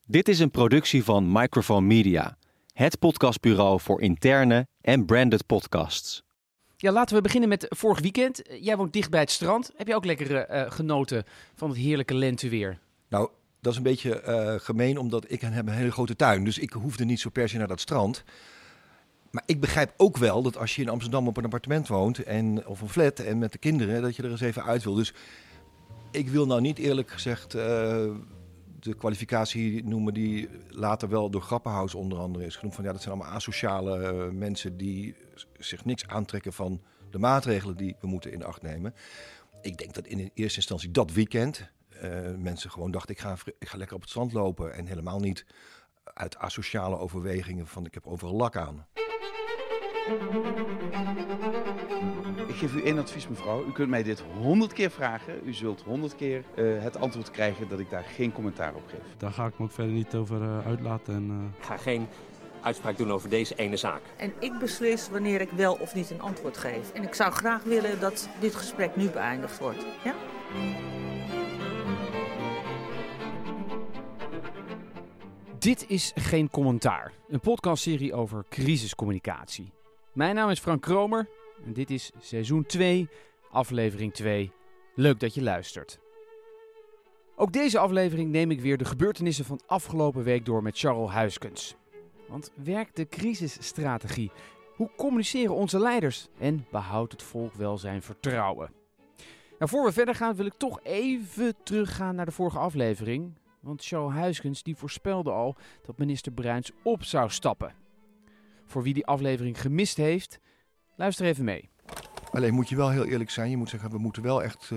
Dit is een productie van Microphone Media, het podcastbureau voor interne en branded podcasts. Ja, laten we beginnen met vorig weekend. Jij woont dicht bij het strand. Heb je ook lekker genoten van het heerlijke lenteweer? Nou, dat is een beetje gemeen, omdat ik heb een hele grote tuin. Dus ik hoefde niet zo per se naar dat strand. Maar ik begrijp ook wel dat als je in Amsterdam op een appartement woont of een flat en met de kinderen, dat je er eens even uit wil. Dus ik wil nou niet eerlijk gezegd de kwalificatie noemen die later wel door Grapperhaus onder andere is genoemd. Van ja, dat zijn allemaal asociale mensen die zich niks aantrekken van de maatregelen die we moeten in acht nemen. Ik denk dat in eerste instantie dat weekend mensen gewoon dachten, ik ga lekker op het strand lopen. En helemaal niet uit asociale overwegingen van ik heb overal lak aan. Ik geef u één advies, mevrouw. U kunt mij dit 100 keer vragen. U zult 100 keer het antwoord krijgen dat ik daar geen commentaar op geef. Daar ga ik me ook verder niet over uitlaten. Ik ga geen uitspraak doen over deze ene zaak. En ik beslis wanneer ik wel of niet een antwoord geef. En ik zou graag willen dat dit gesprek nu beëindigd wordt. Ja? Dit is Geen Commentaar, een podcastserie over crisiscommunicatie. Mijn naam is Frank Kromer en dit is seizoen 2, aflevering 2. Leuk dat je luistert. Ook deze aflevering neem ik weer de gebeurtenissen van afgelopen week door met Charles Huiskens. Want werkt de crisisstrategie? Hoe communiceren onze leiders? En behoudt het volk wel zijn vertrouwen? Nou, voor we verder gaan wil ik toch even teruggaan naar de vorige aflevering. Want Charles Huiskens die voorspelde al dat minister Bruins op zou stappen. Voor wie die aflevering gemist heeft, luister even mee. Alleen moet je wel heel eerlijk zijn. Je moet zeggen, we moeten wel echt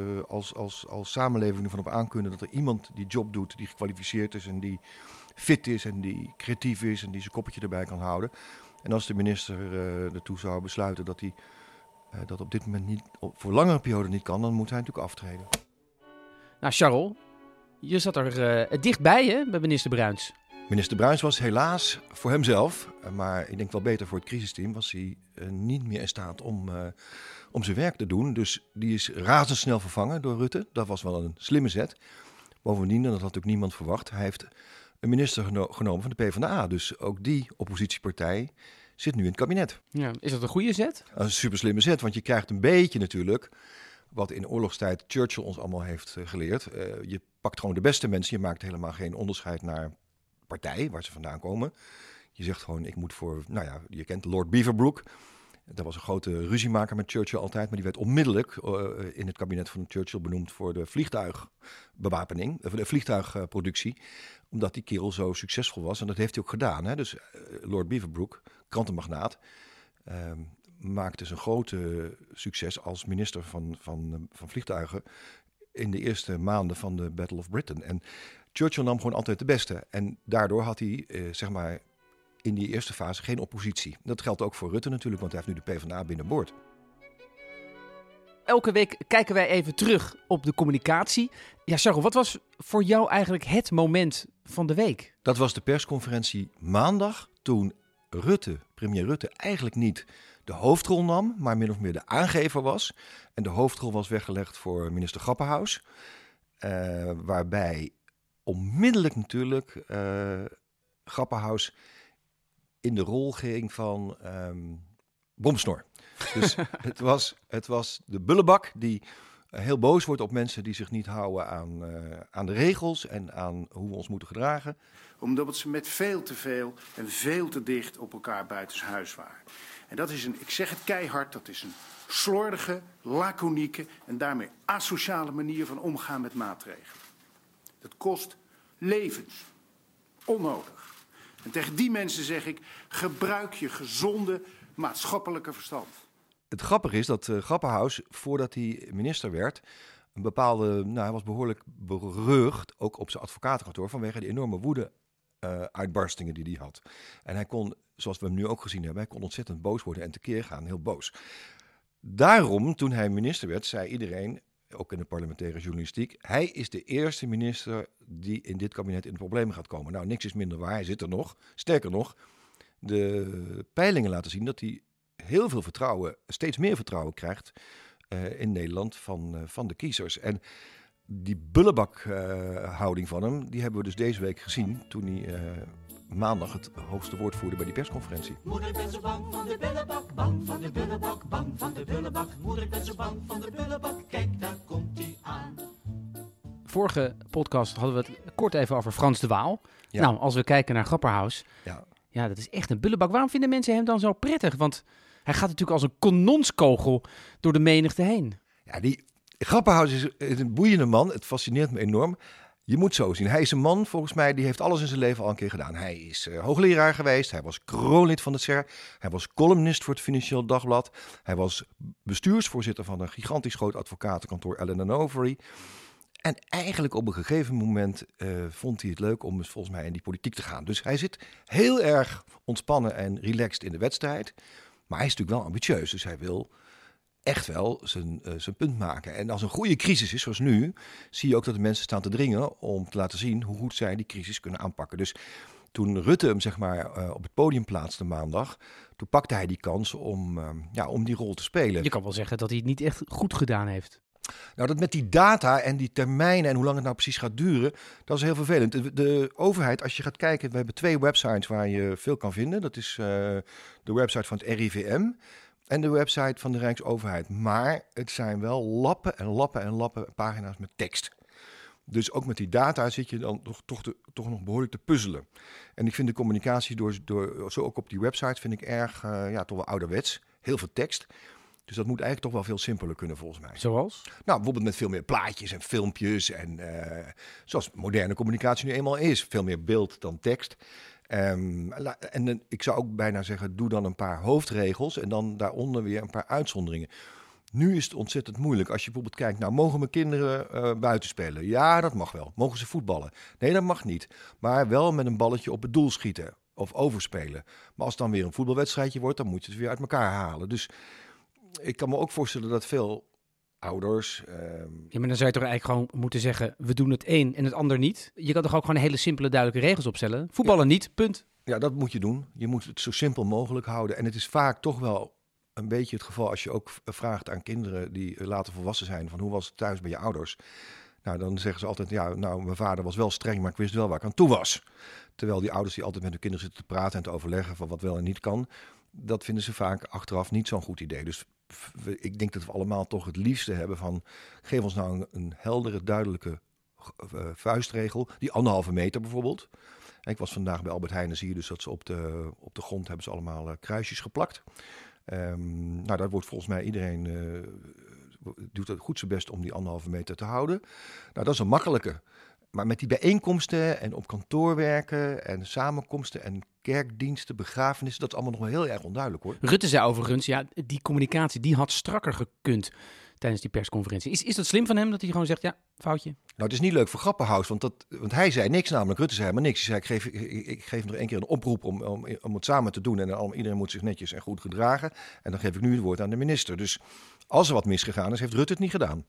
als samenleving ervan op aankunnen dat er iemand die job doet, die gekwalificeerd is en die fit is en die creatief is en die zijn koppetje erbij kan houden. En als de minister ertoe zou besluiten dat hij dat op dit moment niet, voor langere periode niet kan, dan moet hij natuurlijk aftreden. Nou, Charles, je zat er dichtbij hè, bij minister Bruins. Minister Bruins was helaas voor hemzelf, maar ik denk wel beter voor het crisisteam, was hij niet meer in staat om zijn werk te doen. Dus die is razendsnel vervangen door Rutte. Dat was wel een slimme zet. Bovendien, en dat had ook niemand verwacht, hij heeft een minister genomen van de PvdA. Dus ook die oppositiepartij zit nu in het kabinet. Ja, is dat een goede zet? Dat is een super slimme zet, want je krijgt een beetje natuurlijk wat in oorlogstijd Churchill ons allemaal heeft geleerd. Je pakt gewoon de beste mensen, je maakt helemaal geen onderscheid naar partij, waar ze vandaan komen. Je zegt gewoon, ik moet voor, nou ja, je kent Lord Beaverbrook. Dat was een grote ruziemaker met Churchill altijd, maar die werd onmiddellijk in het kabinet van Churchill benoemd voor de vliegtuigbewapening, de vliegtuigproductie, omdat die kerel zo succesvol was. En dat heeft hij ook gedaan. Hè? Dus Lord Beaverbrook, krantenmagnaat, maakte zijn grote succes als minister van vliegtuigen in de eerste maanden van de Battle of Britain. En Churchill nam gewoon altijd de beste. En daardoor had hij, zeg maar, in die eerste fase geen oppositie. Dat geldt ook voor Rutte natuurlijk, want hij heeft nu de PvdA binnenboord. Elke week kijken wij even terug op de communicatie. Ja, Charles, wat was voor jou eigenlijk het moment van de week? Dat was de persconferentie maandag, toen premier Rutte, eigenlijk niet de hoofdrol nam, maar min of meer de aangever was. En de hoofdrol was weggelegd voor minister Grapperhaus. Waarbij onmiddellijk natuurlijk Grapperhaus in de rol ging van Bromsnor. Dus het was de bullebak die heel boos wordt op mensen die zich niet houden aan de regels en aan hoe we ons moeten gedragen. Omdat ze met veel te veel en veel te dicht op elkaar buitenshuis waren. En dat is ik zeg het keihard, dat is een slordige, laconieke en daarmee asociale manier van omgaan met maatregelen. Dat kost levens. Onnodig. En tegen die mensen zeg ik, gebruik je gezonde maatschappelijke verstand. Het grappige is dat Grapperhaus, voordat hij minister werd, een bepaalde, hij was behoorlijk berucht, ook op zijn advocatenkantoor, vanwege de enorme woede-uitbarstingen die hij had. En hij kon, zoals we hem nu ook gezien hebben, hij kon ontzettend boos worden en tekeer gaan, heel boos. Daarom, toen hij minister werd, zei iedereen, ook in de parlementaire journalistiek, hij is de eerste minister die in dit kabinet in de problemen gaat komen. Nou, niks is minder waar, hij zit er nog. Sterker nog, de peilingen laten zien dat hij heel veel vertrouwen, steeds meer vertrouwen krijgt in Nederland van de kiezers. En Die bullebak-houding van hem, die hebben we dus deze week gezien toen hij maandag het hoogste woord voerde bij die persconferentie. Moeder, ik ben zo bang van de bullebak, bang van de bullebak, bang van de bullebak. Moeder, ik ben zo bang van de bullebak, kijk, daar komt hij aan. Vorige podcast hadden we het kort even over Frans de Waal. Ja. Nou, als we kijken naar Grapperhaus, Ja, dat is echt een bullebak. Waarom vinden mensen hem dan zo prettig? Want hij gaat natuurlijk als een kanonskogel door de menigte heen. Ja, die Grapperhaus is een boeiende man. Het fascineert me enorm. Je moet zo zien. Hij is een man, volgens mij, die heeft alles in zijn leven al een keer gedaan. Hij is hoogleraar geweest. Hij was kroonlid van het CER. Hij was columnist voor het Financieel Dagblad. Hij was bestuursvoorzitter van een gigantisch groot advocatenkantoor, Allen & Overy. En eigenlijk op een gegeven moment vond hij het leuk om volgens mij in die politiek te gaan. Dus hij zit heel erg ontspannen en relaxed in de wedstrijd. Maar hij is natuurlijk wel ambitieus. Dus hij wil echt wel zijn punt maken. En als een goede crisis is, zoals nu, zie je ook dat de mensen staan te dringen om te laten zien hoe goed zij die crisis kunnen aanpakken. Dus toen Rutte hem zeg maar op het podium plaatste maandag, toen pakte hij die kans om die rol te spelen. Je kan wel zeggen dat hij het niet echt goed gedaan heeft. Nou, dat met die data en die termijnen en hoe lang het nou precies gaat duren, dat is heel vervelend. De overheid, als je gaat kijken, we hebben 2 websites waar je veel kan vinden. Dat is de website van het RIVM en de website van de Rijksoverheid. Maar het zijn wel lappen en lappen en lappen pagina's met tekst. Dus ook met die data zit je dan toch nog behoorlijk te puzzelen. En ik vind de communicatie zo ook op die website vind ik erg, toch wel ouderwets. Heel veel tekst. Dus dat moet eigenlijk toch wel veel simpeler kunnen volgens mij. Zoals? Nou, bijvoorbeeld met veel meer plaatjes en filmpjes. En zoals moderne communicatie nu eenmaal is. Veel meer beeld dan tekst. En ik zou ook bijna zeggen, doe dan een paar hoofdregels. En dan daaronder weer een paar uitzonderingen. Nu is het ontzettend moeilijk. Als je bijvoorbeeld kijkt, nou, mogen mijn kinderen buiten spelen? Ja, dat mag wel. Mogen ze voetballen? Nee, dat mag niet. Maar wel met een balletje op het doel schieten. Of overspelen. Maar als het dan weer een voetbalwedstrijdje wordt, dan moet je het weer uit elkaar halen. Dus ik kan me ook voorstellen dat veel ouders... Ja, maar dan zou je toch eigenlijk gewoon moeten zeggen, we doen het een en het ander niet. Je kan toch ook gewoon hele simpele, duidelijke regels opstellen? Voetballen niet, punt. Ja, dat moet je doen. Je moet het zo simpel mogelijk houden. En het is vaak toch wel een beetje het geval als je ook vraagt aan kinderen die later volwassen zijn, van hoe was het thuis bij je ouders? Nou, dan zeggen ze altijd, ja, nou, mijn vader was wel streng, maar ik wist wel waar ik aan toe was. Terwijl die ouders die altijd met hun kinderen zitten te praten en te overleggen van wat wel en niet kan, dat vinden ze vaak achteraf niet zo'n goed idee. Dus ik denk dat we allemaal toch het liefste hebben van, geef ons nou een heldere, duidelijke vuistregel. Die 1,5 meter bijvoorbeeld. Ik was vandaag bij Albert Heijn en zie je dus dat ze op de grond hebben ze allemaal kruisjes geplakt. Nou, dat wordt volgens mij iedereen doet het goed zijn best om die 1,5 meter te houden. Nou, dat is een makkelijke. Maar met die bijeenkomsten en op kantoor werken en samenkomsten en kerkdiensten, begrafenissen, dat is allemaal nog wel heel erg onduidelijk hoor. Rutte zei overigens, ja, die communicatie die had strakker gekund tijdens die persconferentie. Is dat slim van hem dat hij gewoon zegt, ja, foutje? Nou, het is niet leuk voor Grapperhaus, want hij zei niks namelijk. Rutte zei helemaal niks. Hij zei, ik geef nog 1 keer een oproep om het samen te doen en iedereen moet zich netjes en goed gedragen. En dan geef ik nu het woord aan de minister. Dus als er wat misgegaan is, heeft Rutte het niet gedaan.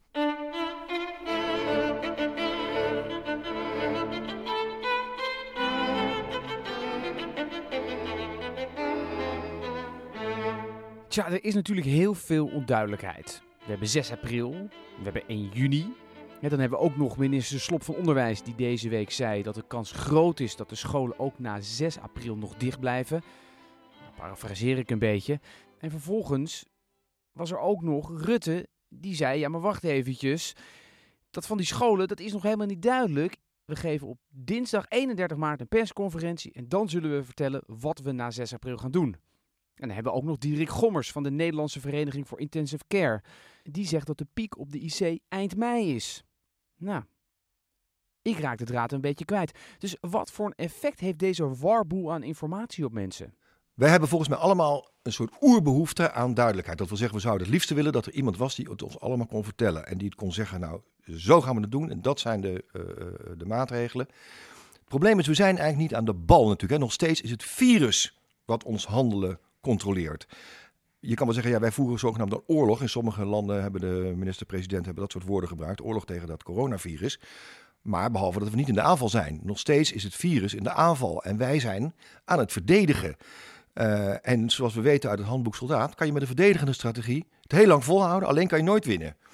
Tja, er is natuurlijk heel veel onduidelijkheid. We hebben 6 april, we hebben 1 juni. Ja, dan hebben we ook nog minister Slob van Onderwijs die deze week zei dat de kans groot is dat de scholen ook na 6 april nog dicht blijven. Nou, parafraseer ik een beetje. En vervolgens was er ook nog Rutte die zei, ja maar wacht eventjes, dat van die scholen dat is nog helemaal niet duidelijk. We geven op dinsdag 31 maart een persconferentie en dan zullen we vertellen wat we na 6 april gaan doen. En dan hebben we ook nog Dierik Gommers van de Nederlandse Vereniging voor Intensive Care. Die zegt dat de piek op de IC eind mei is. Nou, ik raak de draad een beetje kwijt. Dus wat voor een effect heeft deze warboel aan informatie op mensen? Wij hebben volgens mij allemaal een soort oerbehoefte aan duidelijkheid. Dat wil zeggen, we zouden het liefste willen dat er iemand was die het ons allemaal kon vertellen. En die het kon zeggen, nou, zo gaan we het doen en dat zijn de maatregelen. Het probleem is, we zijn eigenlijk niet aan de bal natuurlijk. Hè. Nog steeds is het virus wat ons handelen controleert. Je kan wel zeggen, ja, wij voeren zogenaamd een oorlog. In sommige landen hebben de minister-president dat soort woorden gebruikt. Oorlog tegen dat coronavirus. Maar behalve dat we niet in de aanval zijn. Nog steeds is het virus in de aanval. En wij zijn aan het verdedigen. En zoals we weten uit het handboek Soldaat, kan je met een verdedigende strategie het heel lang volhouden. Alleen kan je nooit winnen.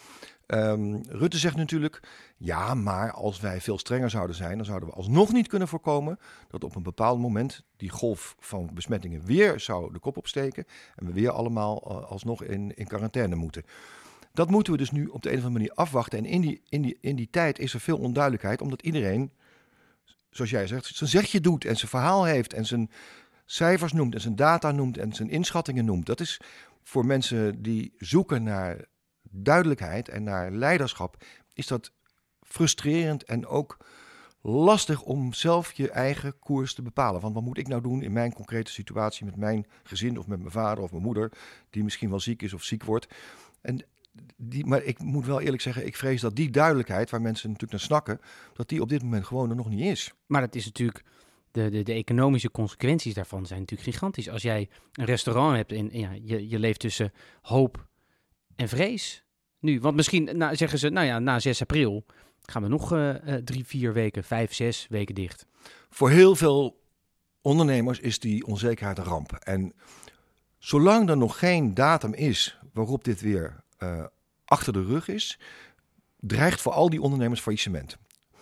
Rutte zegt natuurlijk, ja, maar als wij veel strenger zouden zijn, dan zouden we alsnog niet kunnen voorkomen dat op een bepaald moment die golf van besmettingen weer zou de kop opsteken en we weer allemaal alsnog in quarantaine moeten. Dat moeten we dus nu op de een of andere manier afwachten. En in die tijd is er veel onduidelijkheid, omdat iedereen, zoals jij zegt, zijn zegje doet en zijn verhaal heeft en zijn cijfers noemt en zijn data noemt en zijn inschattingen noemt. Dat is voor mensen die zoeken naar duidelijkheid en naar leiderschap, is dat frustrerend en ook lastig om zelf je eigen koers te bepalen. Want wat moet ik nou doen in mijn concrete situatie met mijn gezin of met mijn vader of mijn moeder, die misschien wel ziek is of ziek wordt. Maar ik moet wel eerlijk zeggen, ik vrees dat die duidelijkheid, waar mensen natuurlijk naar snakken, dat die op dit moment gewoon er nog niet is. Maar dat is natuurlijk, de economische consequenties daarvan zijn natuurlijk gigantisch. Als jij een restaurant hebt en je leeft tussen hoop en vrees nu. Want misschien zeggen ze, na 6 april gaan we nog 3, 4 weken, 5, 6 weken dicht. Voor heel veel ondernemers is die onzekerheid een ramp. En zolang er nog geen datum is waarop dit weer achter de rug is, dreigt voor al die ondernemers faillissement.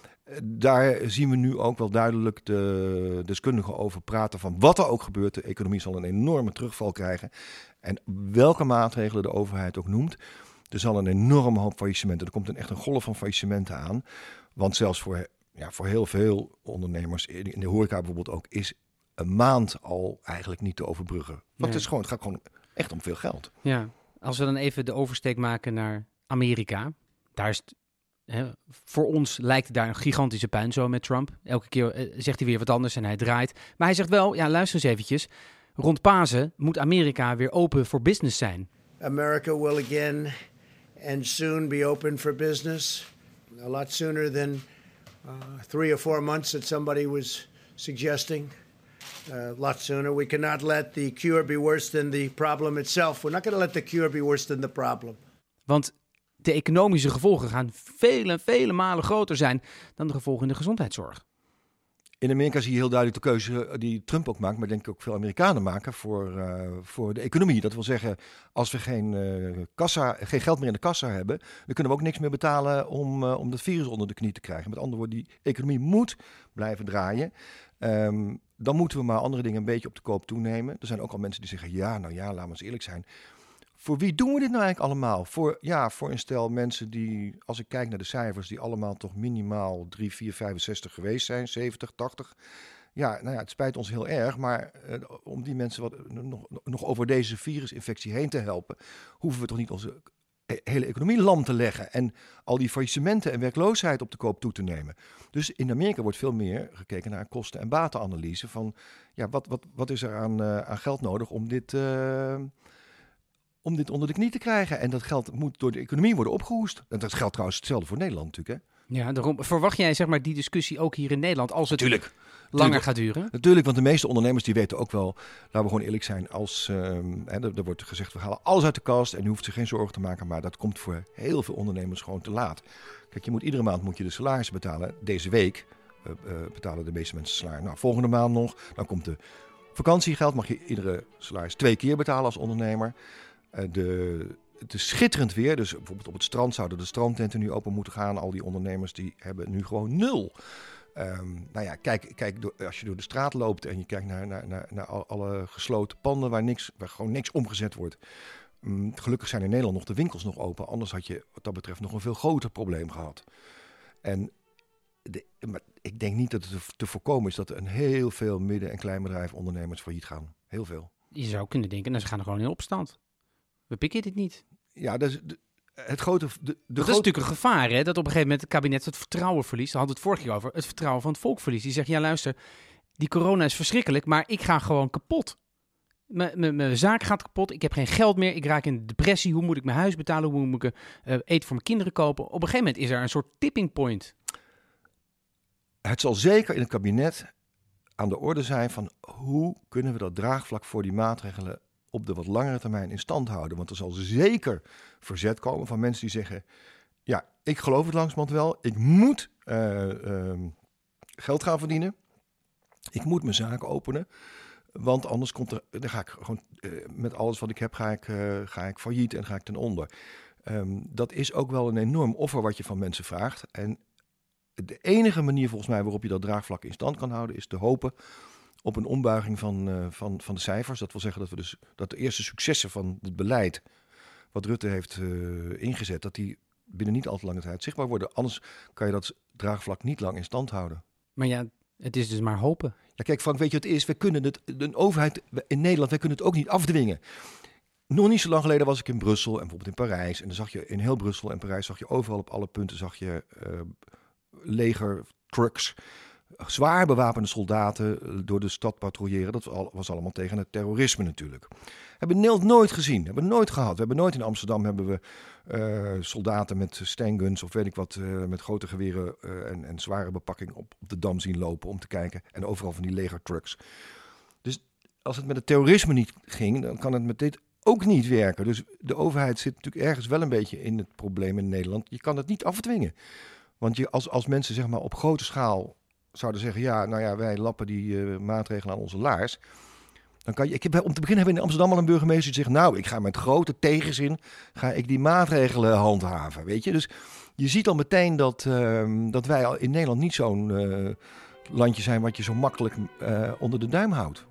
Daar zien we nu ook wel duidelijk de deskundigen over praten van wat er ook gebeurt. De economie zal een enorme terugval krijgen. En welke maatregelen de overheid ook noemt, er zal een enorme hoop faillissementen. Er komt echt een golf van faillissementen aan. Want zelfs voor heel veel ondernemers, in de horeca bijvoorbeeld ook, is een maand al eigenlijk niet te overbruggen. Want het gaat gewoon echt om veel geld. Ja, als we dan even de oversteek maken naar Amerika, daar is voor ons lijkt het daar een gigantische puinzooi met Trump. Elke keer zegt hij weer wat anders en hij draait. Maar hij zegt wel, luister eens eventjes, rond Pasen moet Amerika weer open voor business zijn. America will again and soon be open for business. A lot sooner than 3 or 4 months that somebody was suggesting. A lot sooner. We cannot let the cure be worse than the problem itself. We're not going to let the cure be worse than the problem. Want de economische gevolgen gaan vele malen groter zijn dan de gevolgen in de gezondheidszorg. In Amerika zie je heel duidelijk de keuze die Trump ook maakt, maar denk ik ook veel Amerikanen maken voor de economie. Dat wil zeggen, als we geen geld meer in de kassa hebben, dan kunnen we ook niks meer betalen om dat virus onder de knie te krijgen. Met andere woorden, die economie moet blijven draaien. Dan moeten we maar andere dingen een beetje op de koop toenemen. Er zijn ook al mensen die zeggen, laten we eens eerlijk zijn. Voor wie doen we dit nou eigenlijk allemaal? Voor een stel mensen die, als ik kijk naar de cijfers, die allemaal toch minimaal 3, 4, 65 geweest zijn, 70, 80. Het spijt ons heel erg, maar om die mensen nog over deze virusinfectie heen te helpen, hoeven we toch niet onze hele economie lam te leggen en al die faillissementen en werkloosheid op de koop toe te nemen. Dus in Amerika wordt veel meer gekeken naar een kosten- en batenanalyse van, wat is er aan geld nodig om dit onder de knie te krijgen. En dat geld moet door de economie worden opgehoest. En dat geldt trouwens hetzelfde voor Nederland natuurlijk, hè? Ja, daarom verwacht jij die discussie ook hier in Nederland als het langer gaat duren? Natuurlijk, want de meeste ondernemers die weten ook wel, laten we gewoon eerlijk zijn, als er wordt gezegd, we halen alles uit de kast en u hoeft zich geen zorgen te maken, maar dat komt voor heel veel ondernemers gewoon te laat. Kijk, iedere maand de salarissen betalen. Deze week betalen de meeste mensen salaris. Nou, volgende maand nog, dan komt de vakantiegeld, mag je iedere salaris 2 keer betalen als ondernemer. Het is schitterend weer, dus bijvoorbeeld op het strand zouden de strandtenten nu open moeten gaan. Al die ondernemers die hebben nu gewoon 0. Kijk als je door de straat loopt en je kijkt naar alle gesloten panden waar gewoon niks omgezet wordt. Gelukkig zijn in Nederland nog de winkels nog open, anders had je wat dat betreft nog een veel groter probleem gehad. Maar ik denk niet dat het te voorkomen is dat er heel veel midden- en kleinbedrijfondernemers failliet gaan. Heel veel. Je zou kunnen denken, ze gaan er gewoon in opstand. We pikken dit niet. Ja, dat is het grote... Dat is natuurlijk een gevaar, hè? Dat op een gegeven moment het kabinet het vertrouwen verliest. Daar hadden we het vorige keer over. Het vertrouwen van het volk verliest. Die zegt, luister, die corona is verschrikkelijk, maar ik ga gewoon kapot. Mijn zaak gaat kapot, ik heb geen geld meer, ik raak in depressie. Hoe moet ik mijn huis betalen? Hoe moet ik eten voor mijn kinderen kopen? Op een gegeven moment is er een soort tipping point. Het zal zeker in het kabinet aan de orde zijn van hoe kunnen we dat draagvlak voor die maatregelen op de wat langere termijn in stand houden. Want er zal zeker verzet komen van mensen die zeggen, ik geloof het langzamerhand wel, ik moet geld gaan verdienen. Ik moet mijn zaak openen, want anders dan ga ik gewoon met alles wat ik heb, ga ik failliet en ga ik ten onder. Dat is ook wel een enorm offer wat je van mensen vraagt. En de enige manier volgens mij waarop je dat draagvlak in stand kan houden is te hopen op een ombuiging van de cijfers. Dat wil zeggen dat de eerste successen van het beleid wat Rutte heeft ingezet, dat die binnen niet al te lange tijd zichtbaar worden. Anders kan je dat draagvlak niet lang in stand houden. Maar ja, het is dus maar hopen. Ja, kijk Frank, weet je wat het is? De overheid in Nederland, wij kunnen het ook niet afdwingen. Nog niet zo lang geleden was ik in Brussel en bijvoorbeeld in Parijs. En dan zag je in heel Brussel en Parijs, zag je overal op alle punten, zag je legertrucks, zwaar bewapende soldaten door de stad patrouilleren. Dat was allemaal tegen het terrorisme natuurlijk. Hebben we Nederland nooit gezien, hebben we nooit gehad. We hebben nooit in Amsterdam soldaten met stanguns of weet ik wat, met grote geweren en zware bepakking op de Dam zien lopen om te kijken. En overal van die legertrucks. Dus als het met het terrorisme niet ging, dan kan het met dit ook niet werken. Dus de overheid zit natuurlijk ergens wel een beetje in het probleem in Nederland. Je kan het niet afdwingen. Want als mensen zeg maar op grote schaal zouden zeggen, wij lappen die maatregelen aan onze laars. Dan kan je, om te beginnen hebben we in Amsterdam al een burgemeester die zegt, ik ga met grote tegenzin die maatregelen handhaven. Weet je? Dus je ziet al meteen dat wij al in Nederland niet zo'n landje zijn wat je zo makkelijk onder de duim houdt.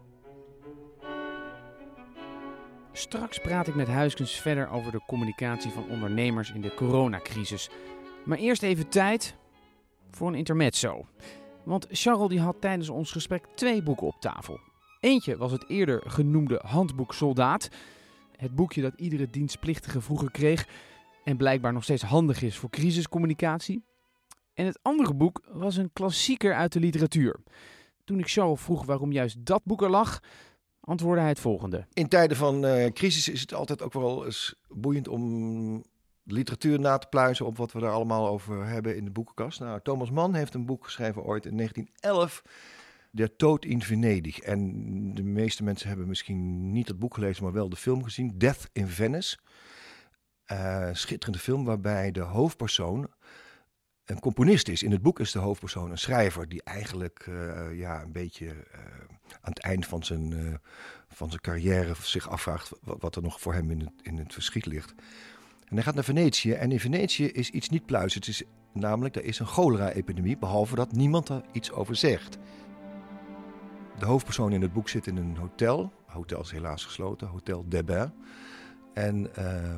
Straks praat ik met Huiskens verder over de communicatie van ondernemers in de coronacrisis. Maar eerst even tijd voor een intermezzo. Want Charles die had tijdens ons gesprek 2 boeken op tafel. Eentje was het eerder genoemde Handboek Soldaat. Het boekje dat iedere dienstplichtige vroeger kreeg en blijkbaar nog steeds handig is voor crisiscommunicatie. En het andere boek was een klassieker uit de literatuur. Toen ik Charles vroeg waarom juist dat boek er lag, antwoordde hij het volgende. In tijden van crisis is het altijd ook wel eens boeiend om de literatuur na te pluizen op wat we daar allemaal over hebben in de boekenkast. Nou, Thomas Mann heeft een boek geschreven ooit in 1911, Der Tod in Venedig. En de meeste mensen hebben misschien niet het boek gelezen, maar wel de film gezien, Death in Venice. Schitterende film waarbij de hoofdpersoon een componist is. In het boek is de hoofdpersoon een schrijver die eigenlijk een beetje aan het eind van zijn carrière zich afvraagt wat er nog voor hem in het verschiet ligt. En hij gaat naar Venetië en in Venetië is iets niet pluis. Het is namelijk, er is een cholera-epidemie, behalve dat niemand er iets over zegt. De hoofdpersoon in het boek zit in een hotel. Het hotel is helaas gesloten, Hotel Debert. En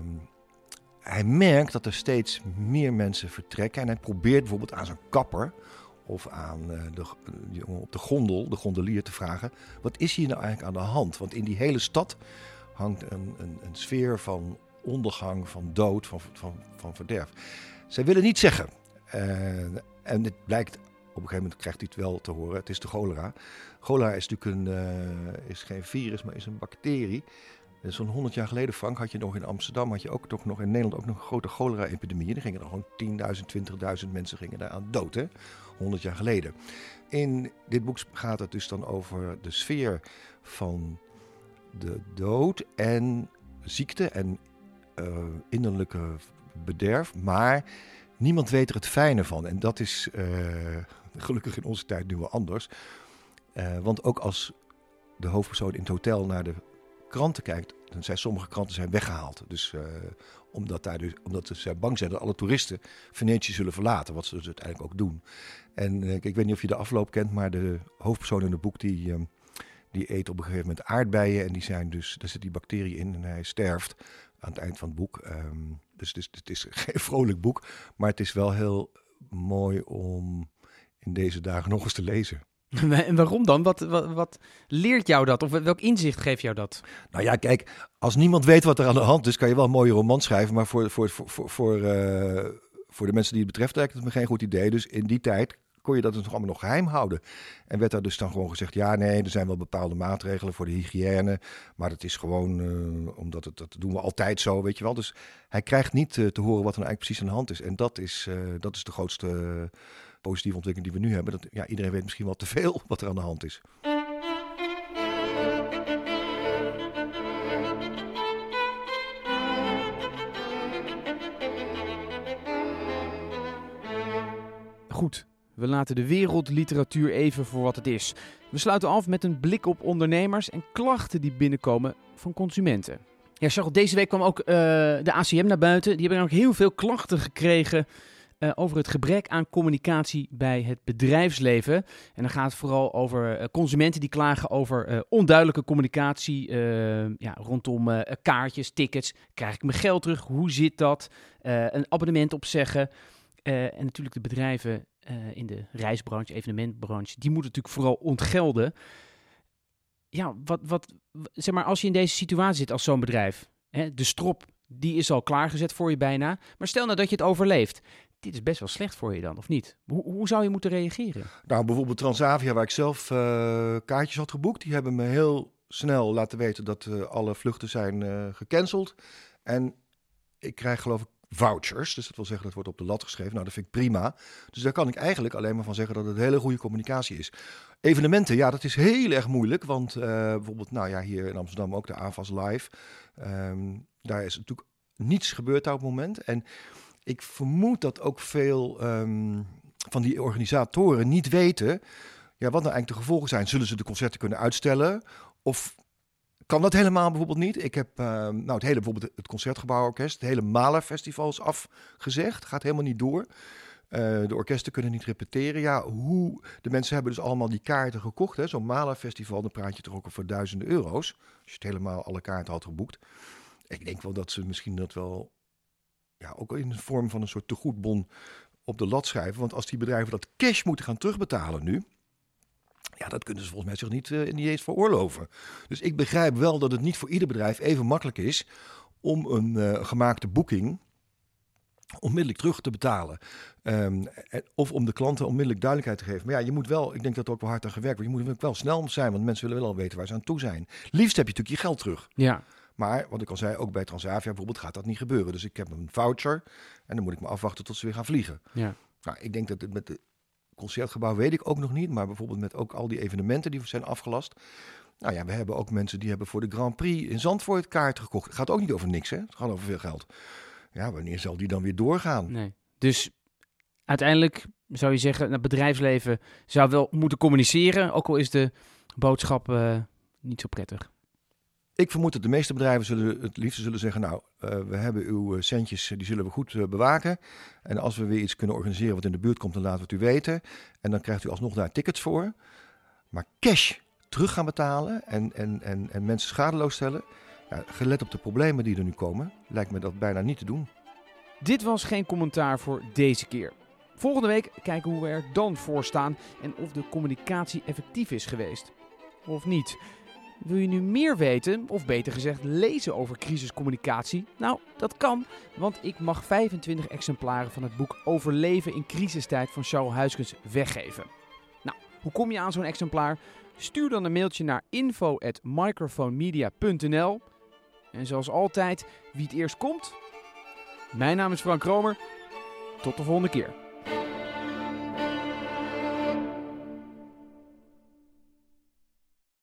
hij merkt dat er steeds meer mensen vertrekken. En hij probeert bijvoorbeeld aan zijn kapper of aan op de gondelier te vragen, wat is hier nou eigenlijk aan de hand? Want in die hele stad hangt een sfeer van ondergang, van dood, van verderf. Zij willen niet zeggen. En het blijkt, op een gegeven moment krijgt hij het wel te horen, het is de cholera. Cholera is natuurlijk is geen virus, maar is een bacterie. Zo'n 100 jaar geleden, Frank, had je nog in Amsterdam, had je ook toch nog in Nederland ook nog een grote cholera-epidemie. Er gingen er gewoon 10.000, 20.000 mensen daar aan dood, hè? 100 jaar geleden. In dit boek gaat het dus dan over de sfeer van de dood en ziekte en innerlijke bederf, maar niemand weet er het fijne van. En dat is gelukkig in onze tijd nu wel anders. Want ook als de hoofdpersoon in het hotel naar de kranten kijkt, dan zijn sommige kranten zijn weggehaald. Dus omdat ze bang zijn dat alle toeristen Venetië zullen verlaten, wat ze dus uiteindelijk ook doen. En ik weet niet of je de afloop kent, maar de hoofdpersoon in het boek die eet op een gegeven moment aardbeien en daar zit die bacterie in en hij sterft aan het eind van het boek. Dus het is geen vrolijk boek, maar het is wel heel mooi om in deze dagen nog eens te lezen. En waarom dan? Wat leert jou dat? Of welk inzicht geeft jou dat? Nou ja, kijk, als niemand weet wat er aan de hand is, kan je wel een mooie roman schrijven. Maar voor de mensen die het betreft lijkt het me geen goed idee. Dus in die tijd kon je dat dus allemaal nog geheim houden. En werd daar dus dan gewoon gezegd, ja nee, er zijn wel bepaalde maatregelen voor de hygiëne. Maar dat is gewoon, omdat dat doen we altijd zo, weet je wel. Dus hij krijgt niet te horen wat er nou eigenlijk precies aan de hand is. En dat is de grootste positieve ontwikkeling die we nu hebben. Dat, iedereen weet misschien wel te veel wat er aan de hand is. Goed, we laten de wereldliteratuur even voor wat het is. We sluiten af met een blik op ondernemers en klachten die binnenkomen van consumenten. Ja, Charles, deze week kwam ook de ACM naar buiten. Die hebben ook heel veel klachten gekregen over het gebrek aan communicatie bij het bedrijfsleven. En dan gaat het vooral over consumenten die klagen over onduidelijke communicatie rondom kaartjes, tickets. Krijg ik mijn geld terug? Hoe zit dat? Een abonnement opzeggen. En natuurlijk de bedrijven in de reisbranche, evenementbranche, die moeten natuurlijk vooral ontgelden. Ja, zeg maar, als je in deze situatie zit als zo'n bedrijf, hè, de strop die is al klaargezet voor je bijna, maar stel nou dat je het overleeft. Dit is best wel slecht voor je dan, of niet? Hoe zou je moeten reageren? Nou, bijvoorbeeld Transavia, waar ik zelf kaartjes had geboekt, die hebben me heel snel laten weten dat alle vluchten zijn gecanceld. En ik krijg geloof ik vouchers, dus dat wil zeggen dat wordt op de lat geschreven. Nou, dat vind ik prima. Dus daar kan ik eigenlijk alleen maar van zeggen dat het hele goede communicatie is. Evenementen, ja, dat is heel erg moeilijk, want bijvoorbeeld, nou ja, hier in Amsterdam ook de AVAS Live. Daar is natuurlijk niets gebeurd op het moment. En ik vermoed dat ook veel van die organisatoren niet weten wat nou eigenlijk de gevolgen zijn. Zullen ze de concerten kunnen uitstellen? Of kan dat helemaal bijvoorbeeld niet? Ik heb bijvoorbeeld het Concertgebouworkest, het hele Mahler-festival is afgezegd. Gaat helemaal niet door. De orkesten kunnen niet repeteren. Ja, de mensen hebben dus allemaal die kaarten gekocht. Zo'n Mahler-festival, dan praat je toch ook over duizenden euro's. Als je het helemaal alle kaarten had geboekt. Ik denk wel dat ze misschien dat wel ook in de vorm van een soort tegoedbon op de lat schrijven. Want als die bedrijven dat cash moeten gaan terugbetalen nu, ja, dat kunnen ze volgens mij zich niet eens veroorloven. Dus ik begrijp wel dat het niet voor ieder bedrijf even makkelijk is om een gemaakte boeking onmiddellijk terug te betalen. Of om de klanten onmiddellijk duidelijkheid te geven. Maar ja, je moet wel, ik denk dat er ook wel hard aan gewerkt wordt. Je moet wel snel zijn, want mensen willen wel weten waar ze aan toe zijn. Liefst heb je natuurlijk je geld terug. Ja. Maar wat ik al zei, ook bij Transavia bijvoorbeeld gaat dat niet gebeuren. Dus ik heb een voucher en dan moet ik me afwachten tot ze weer gaan vliegen. Ja. Nou, ik denk dat het met het Concertgebouw weet ik ook nog niet. Maar bijvoorbeeld met ook al die evenementen die zijn afgelast. Nou ja, we hebben ook mensen die hebben voor de Grand Prix in Zandvoort kaarten gekocht. Het gaat ook niet over niks, hè? Het gaat over veel geld. Ja, wanneer zal die dan weer doorgaan? Nee. Dus uiteindelijk zou je zeggen, het bedrijfsleven zou wel moeten communiceren. Ook al is de boodschap niet zo prettig. Ik vermoed dat de meeste bedrijven het liefst zullen zeggen, nou, we hebben uw centjes, die zullen we goed bewaken. En als we weer iets kunnen organiseren wat in de buurt komt, dan laten we het u weten. En dan krijgt u alsnog daar tickets voor. Maar cash terug gaan betalen en mensen schadeloos stellen, ja, gelet op de problemen die er nu komen, lijkt me dat bijna niet te doen. Dit was geen commentaar voor deze keer. Volgende week kijken hoe we er dan voor staan en of de communicatie effectief is geweest. Of niet. Wil je nu meer weten, of beter gezegd lezen over crisiscommunicatie? Nou, dat kan, want ik mag 25 exemplaren van het boek Overleven in crisistijd van Charles Huiskens weggeven. Nou, hoe kom je aan zo'n exemplaar? Stuur dan een mailtje naar info@microphonemedia.nl. En zoals altijd, wie het eerst komt. Mijn naam is Frank Kromer. Tot de volgende keer.